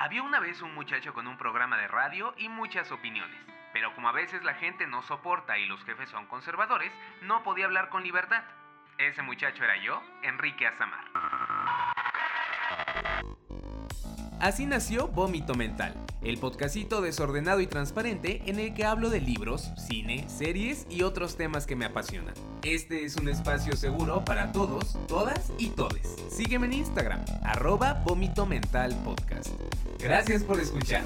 Había una vez un muchacho con un programa de radio y muchas opiniones, pero como a veces la gente no soporta y los jefes son conservadores, no podía hablar con libertad. Ese muchacho era yo, Enrique Azamar. Así nació Vómito Mental, el podcastito desordenado y transparente en el que hablo de libros, cine, series y otros temas que me apasionan. Este es un espacio seguro para todos, todas y todes. Sígueme en Instagram, @vomitomentalpodcast. Gracias por escuchar.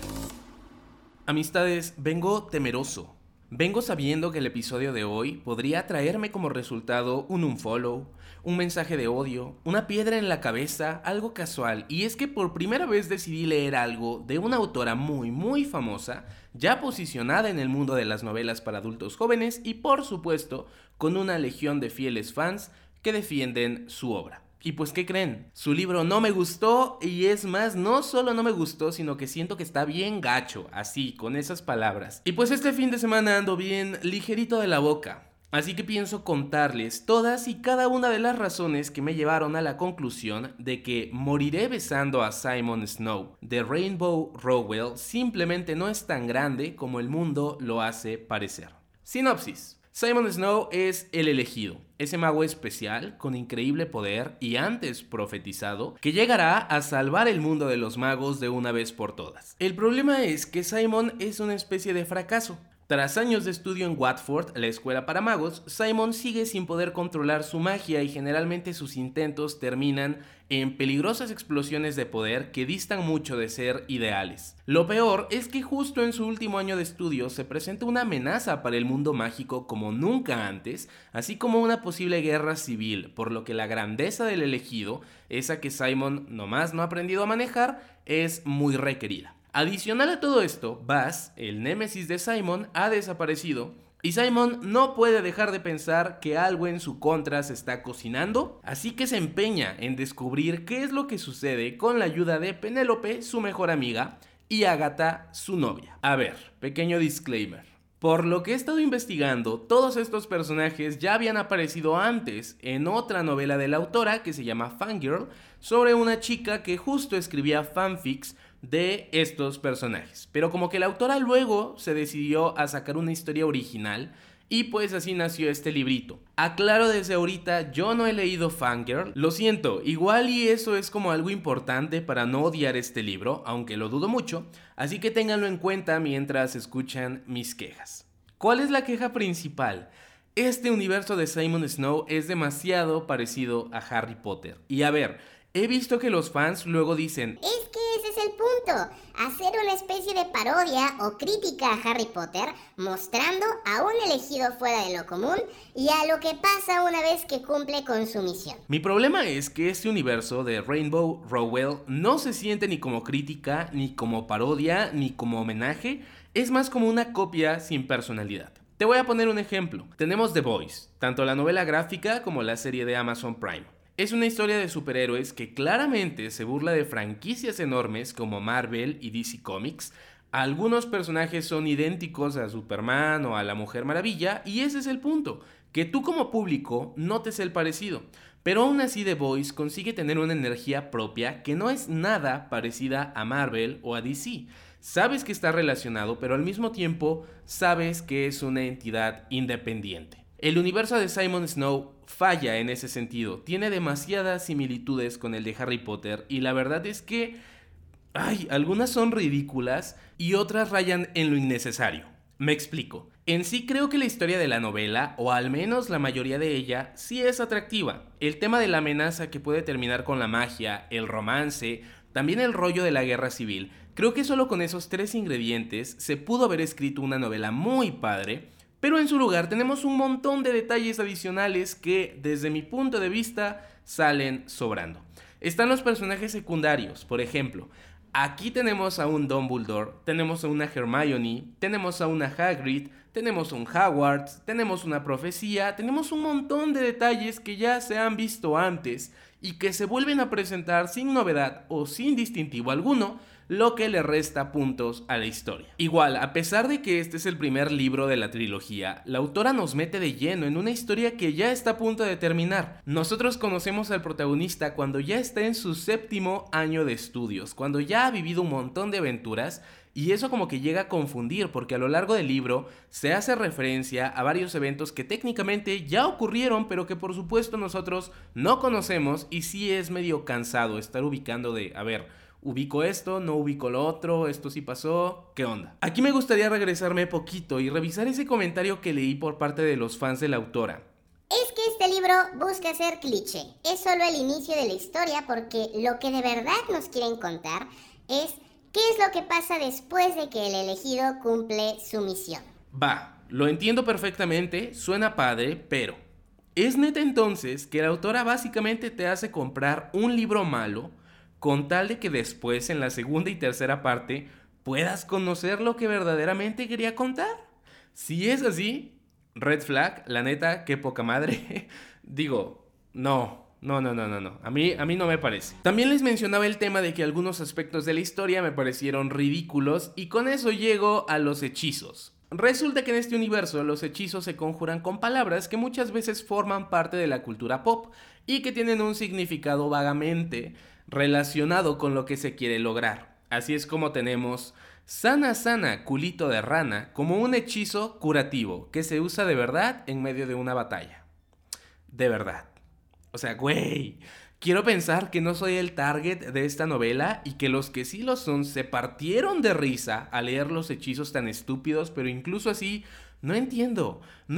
Amistades, vengo temeroso. Vengo sabiendo que el episodio de hoy podría traerme como resultado un unfollow, un mensaje de odio, una piedra en la cabeza, algo casual. Y es que por primera vez decidí leer algo de una autora muy famosa, ya posicionada en el mundo de las novelas para adultos jóvenes y por supuesto con una legión de fieles fans que defienden su obra. Y pues, ¿qué creen? Su libro no me gustó y es más, no solo no me gustó, sino que siento que está bien gacho, así, con esas palabras. Y pues este fin de semana ando bien ligerito de la boca. Así que pienso contarles todas y cada una de las razones que me llevaron a la conclusión de que Moriré besando a Simon Snow de Rainbow Rowell simplemente no es tan grande como el mundo lo hace parecer. Sinopsis. Simon Snow es el elegido, ese mago especial con increíble poder y antes profetizado que llegará a salvar el mundo de los magos de una vez por todas. El problema es que Simon es una especie de fracaso. Tras años de estudio en Watford, la escuela para magos, Simon sigue sin poder controlar su magia y generalmente sus intentos terminan en peligrosas explosiones de poder que distan mucho de ser ideales. Lo peor es que justo en su último año de estudio se presenta una amenaza para el mundo mágico como nunca antes, así como una posible guerra civil, por lo que la grandeza del elegido, esa que Simon nomás no ha aprendido a manejar, es muy requerida. Adicional a todo esto, Buzz, el némesis de Simon, ha desaparecido y Simon no puede dejar de pensar que algo en su contra se está cocinando, así que se empeña en descubrir qué es lo que sucede con la ayuda de Penélope, su mejor amiga, y Agatha, su novia. A ver, pequeño disclaimer. Por lo que he estado investigando, todos estos personajes ya habían aparecido antes en otra novela de la autora que se llama Fangirl, sobre una chica que justo escribía fanfics de estos personajes. Pero como que la autora luego se decidió a sacar una historia original y pues así nació este librito. Aclaro desde ahorita, yo no he leído Fangirl, lo siento, igual y eso es como algo importante para no odiar este libro, aunque lo dudo mucho, así que ténganlo en cuenta mientras escuchan mis quejas. ¿Cuál es la queja principal? Este universo de Simon Snow es demasiado parecido a Harry Potter. Y a ver, he visto que los fans luego dicen: es que ese es el punto, hacer una especie de parodia o crítica a Harry Potter, mostrando a un elegido fuera de lo común y a lo que pasa una vez que cumple con su misión. Mi problema es que este universo de Rainbow Rowell no se siente ni como crítica, ni como parodia, ni como homenaje, es más como una copia sin personalidad. Te voy a poner un ejemplo. Tenemos The Boys, tanto la novela gráfica como la serie de Amazon Prime. Es una historia de superhéroes que claramente se burla de franquicias enormes como Marvel y DC Comics. Algunos personajes son idénticos a Superman o a la Mujer Maravilla y ese es el punto, que tú como público notes el parecido. Pero aún así The Boys consigue tener una energía propia que no es nada parecida a Marvel o a DC. Sabes que está relacionado, pero al mismo tiempo sabes que es una entidad independiente. El universo de Simon Snow falla en ese sentido, tiene demasiadas similitudes con el de Harry Potter y la verdad es que algunas son ridículas y otras rayan en lo innecesario. Me explico. En sí creo que la historia de la novela, o al menos la mayoría de ella, sí es atractiva. El tema de la amenaza que puede terminar con la magia, el romance, también el rollo de la guerra civil. Creo que solo con esos 3 ingredientes se pudo haber escrito una novela muy padre, pero en su lugar tenemos un montón de detalles adicionales que, desde mi punto de vista, salen sobrando. Están los personajes secundarios, por ejemplo. Aquí tenemos a un Dumbledore, tenemos a una Hermione, tenemos a una Hagrid, tenemos un Hogwarts, tenemos una profecía, tenemos un montón de detalles que ya se han visto antes y que se vuelven a presentar sin novedad o sin distintivo alguno, lo que le resta puntos a la historia. Igual, a pesar de que este es el primer libro de la trilogía, la autora nos mete de lleno en una historia que ya está a punto de terminar. Nosotros conocemos al protagonista cuando ya está en su 7º año de estudios, cuando ya ha vivido un montón de aventuras. Y eso como que llega a confundir porque a lo largo del libro se hace referencia a varios eventos que técnicamente ya ocurrieron, pero que por supuesto nosotros no conocemos, y sí es medio cansado estar ubicando de, a ver, ubico esto, no ubico lo otro, esto sí pasó, ¿qué onda? Aquí me gustaría regresarme poquito y revisar ese comentario que leí por parte de los fans de la autora. Es que este libro busca ser cliché, es solo el inicio de la historia porque lo que de verdad nos quieren contar es ¿qué es lo que pasa después de que el elegido cumple su misión? Va, lo entiendo perfectamente, suena padre, pero ¿es neta entonces que la autora básicamente te hace comprar un libro malo con tal de que después en la segunda y tercera parte puedas conocer lo que verdaderamente quería contar? Si es así, red flag, la neta, qué poca madre. Digo, no. A mí no me parece. También les mencionaba el tema de que algunos aspectos de la historia me parecieron ridículos y con eso llego a los hechizos. Resulta que en este universo los hechizos se conjuran con palabras que muchas veces forman parte de la cultura pop y que tienen un significado vagamente relacionado con lo que se quiere lograr. Así es como tenemos sana sana culito de rana como un hechizo curativo que se usa de verdad en medio de una batalla. De verdad. O sea, güey, quiero pensar que no soy el target de esta novela y que los que sí lo son se partieron de risa al leer los hechizos tan estúpidos, pero incluso así, no entiendo.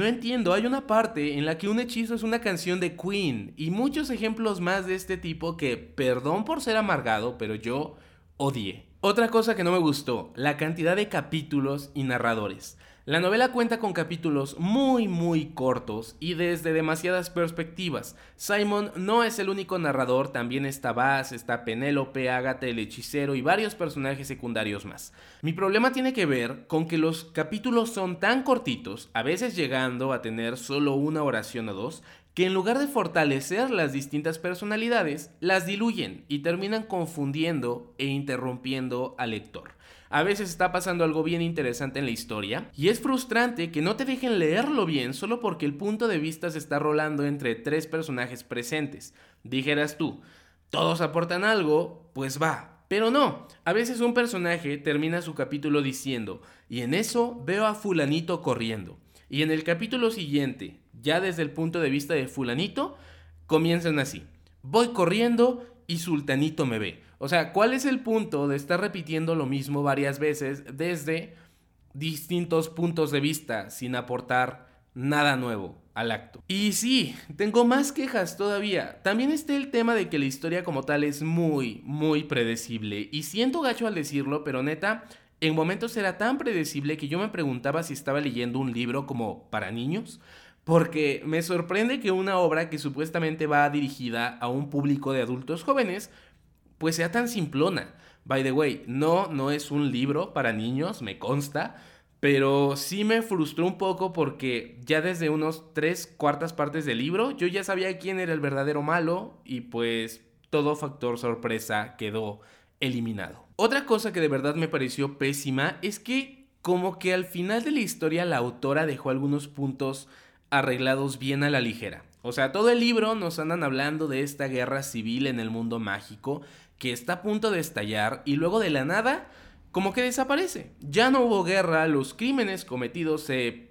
Hay una parte en la que un hechizo es una canción de Queen y muchos ejemplos más de este tipo que, perdón por ser amargado, pero yo odié. Otra cosa que no me gustó, la cantidad de capítulos y narradores. La novela cuenta con capítulos muy cortos y desde demasiadas perspectivas. Simon no es el único narrador, también está Baz, está Penélope, Ágata el hechicero y varios personajes secundarios más. Mi problema tiene que ver con que los capítulos son tan cortitos, a veces llegando a tener solo una oración o dos, que en lugar de fortalecer las distintas personalidades, las diluyen y terminan confundiendo e interrumpiendo al lector. A veces está pasando algo bien interesante en la historia y es frustrante que no te dejen leerlo bien solo porque el punto de vista se está rolando entre 3 personajes presentes. Dijeras tú, todos aportan algo, pues va. Pero no, a veces un personaje termina su capítulo diciendo, y en eso veo a fulanito corriendo. Y en el capítulo siguiente, ya desde el punto de vista de fulanito, comienzan así, voy corriendo y sultanito me ve. O sea, ¿cuál es el punto de estar repitiendo lo mismo varias veces desde distintos puntos de vista sin aportar nada nuevo al acto? Y sí, tengo más quejas todavía. También está el tema de que la historia como tal es muy predecible. Y siento gacho al decirlo, pero neta, en momentos era tan predecible que yo me preguntaba si estaba leyendo un libro como para niños. Porque me sorprende que una obra que supuestamente va dirigida a un público de adultos jóvenes pues sea tan simplona. By the way, no es un libro para niños, me consta, pero sí me frustró un poco porque ya desde unos 3/4 partes del libro yo ya sabía quién era el verdadero malo y pues todo factor sorpresa quedó eliminado. Otra cosa que de verdad me pareció pésima es que como que al final de la historia la autora dejó algunos puntos arreglados bien a la ligera. O sea, todo el libro nos andan hablando de esta guerra civil en el mundo mágico que está a punto de estallar y luego de la nada como que desaparece. Ya no hubo guerra, los crímenes cometidos se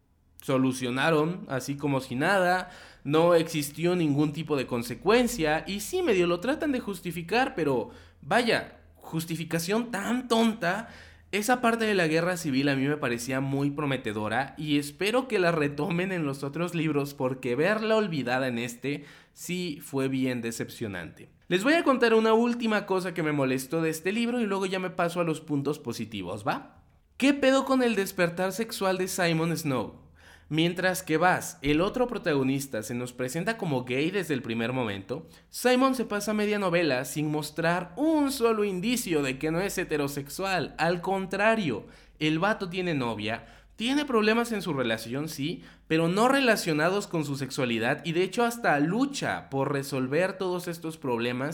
solucionaron así como si nada, no existió ningún tipo de consecuencia y sí medio lo tratan de justificar, pero vaya, justificación tan tonta. Esa parte de la guerra civil a mí me parecía muy prometedora y espero que la retomen en los otros libros porque verla olvidada en este sí fue bien decepcionante. Les voy a contar una última cosa que me molestó de este libro y luego ya me paso a los puntos positivos, ¿va? ¿Qué pedo con el despertar sexual de Simon Snow? Mientras que Baz, el otro protagonista, se nos presenta como gay desde el primer momento, Simon se pasa media novela sin mostrar un solo indicio de que no es heterosexual. Al contrario, el vato tiene novia, tiene problemas en su relación, sí, pero no relacionados con su sexualidad y de hecho hasta lucha por resolver todos estos problemas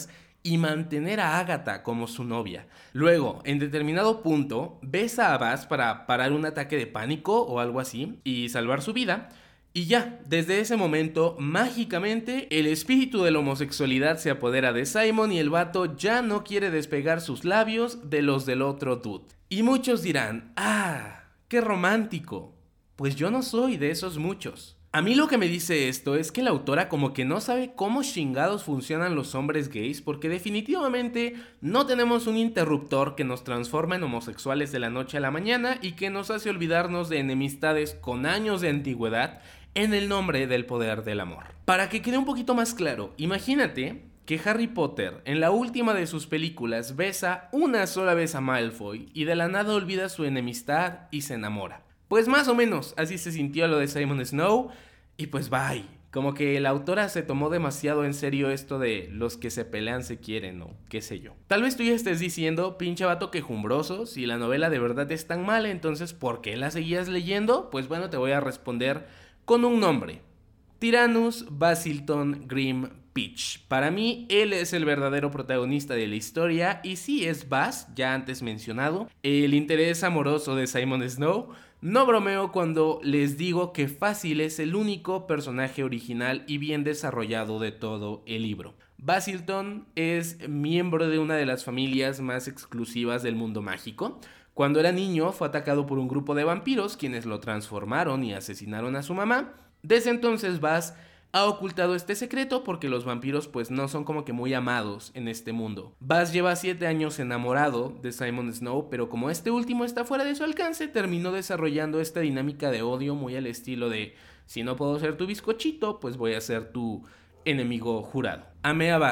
y mantener a Agatha como su novia. Luego, en determinado punto, besa a Baz para parar un ataque de pánico o algo así y salvar su vida. Y ya, desde ese momento, mágicamente, el espíritu de la homosexualidad se apodera de Simon y el vato ya no quiere despegar sus labios de los del otro dude. Y muchos dirán, ¡ah! ¡Qué romántico! Pues yo no soy de esos muchos. A mí lo que me dice esto es que la autora como que no sabe cómo chingados funcionan los hombres gays, porque definitivamente no tenemos un interruptor que nos transforma en homosexuales de la noche a la mañana y que nos hace olvidarnos de enemistades con años de antigüedad en el nombre del poder del amor. Para que quede un poquito más claro, imagínate que Harry Potter en la última de sus películas besa una sola vez a Malfoy y de la nada olvida su enemistad y se enamora. Pues más o menos así se sintió lo de Simon Snow y pues bye. Como que la autora se tomó demasiado en serio esto de los que se pelean se quieren o qué sé yo. Tal vez tú ya estés diciendo, pinche vato quejumbroso, si la novela de verdad es tan mala, entonces ¿por qué la seguías leyendo? Pues bueno, te voy a responder con un nombre. Tyrannus Basildon Grim Peach. Para mí, él es el verdadero protagonista de la historia y sí es Baz, ya antes mencionado, el interés amoroso de Simon Snow. No bromeo cuando les digo que Fácil es el único personaje original y bien desarrollado de todo el libro. Basildon es miembro de una de las familias más exclusivas del mundo mágico. Cuando era niño fue atacado por un grupo de vampiros quienes lo transformaron y asesinaron a su mamá. Desde entonces Baz ha ocultado este secreto porque los vampiros pues no son como que muy amados en este mundo. Baz lleva 7 años enamorado de Simon Snow, pero como este último está fuera de su alcance, terminó desarrollando esta dinámica de odio muy al estilo de si no puedo ser tu bizcochito, pues voy a ser tu enemigo jurado. Amé a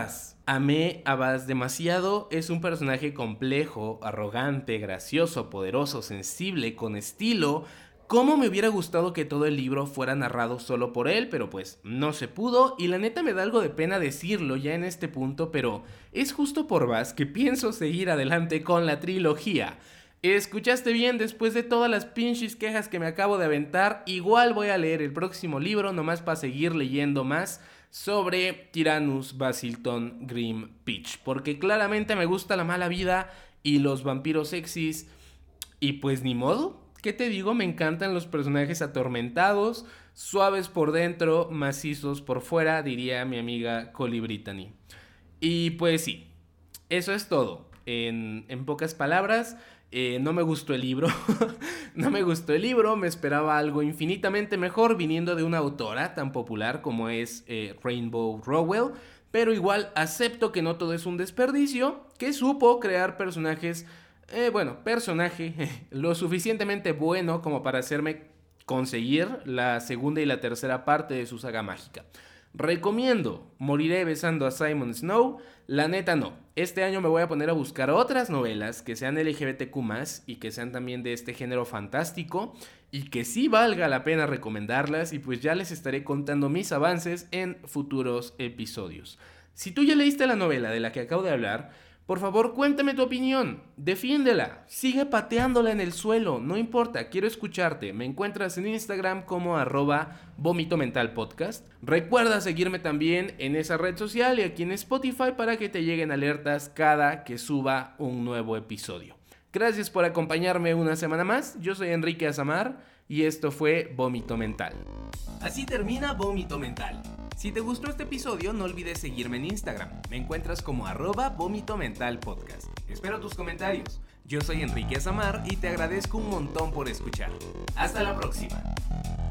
Baz demasiado, es un personaje complejo, arrogante, gracioso, poderoso, sensible, con estilo. Cómo me hubiera gustado que todo el libro fuera narrado solo por él, pero pues no se pudo y la neta me da algo de pena decirlo ya en este punto, pero es justo por Baz que pienso seguir adelante con la trilogía. ¿Escuchaste bien? Después de todas las pinches quejas que me acabo de aventar, igual voy a leer el próximo libro nomás para seguir leyendo más sobre Tyrannus Basildon Grim Peach, porque claramente me gusta la mala vida y los vampiros sexys y pues ni modo. ¿Qué te digo? Me encantan los personajes atormentados, suaves por dentro, macizos por fuera, diría mi amiga Colly Brittany. Y pues sí, eso es todo. En pocas palabras, no me gustó el libro. No me gustó el libro, me esperaba algo infinitamente mejor viniendo de una autora tan popular como es Rainbow Rowell. Pero igual acepto que no todo es un desperdicio, que supo crear personaje lo suficientemente bueno como para hacerme conseguir la segunda y la tercera parte de su saga mágica. Recomiendo Moriré besando a Simon Snow. La neta no, este año me voy a poner a buscar otras novelas que sean LGBTQ+, y que sean también de este género fantástico y que sí valga la pena recomendarlas, y pues ya les estaré contando mis avances en futuros episodios. Si tú ya leíste la novela de la que acabo de hablar, por favor, cuéntame tu opinión, defiéndela, sigue pateándola en el suelo, no importa, quiero escucharte. Me encuentras en Instagram como @vomitomentalpodcast. Recuerda seguirme también en esa red social y aquí en Spotify para que te lleguen alertas cada que suba un nuevo episodio. Gracias por acompañarme una semana más, yo soy Enrique Azamar y esto fue Vómito Mental. Así termina Vómito Mental. Si te gustó este episodio, no olvides seguirme en Instagram. Me encuentras como @vomitomentalpodcast. Espero tus comentarios. Yo soy Enrique Azamar y te agradezco un montón por escuchar. Hasta la próxima.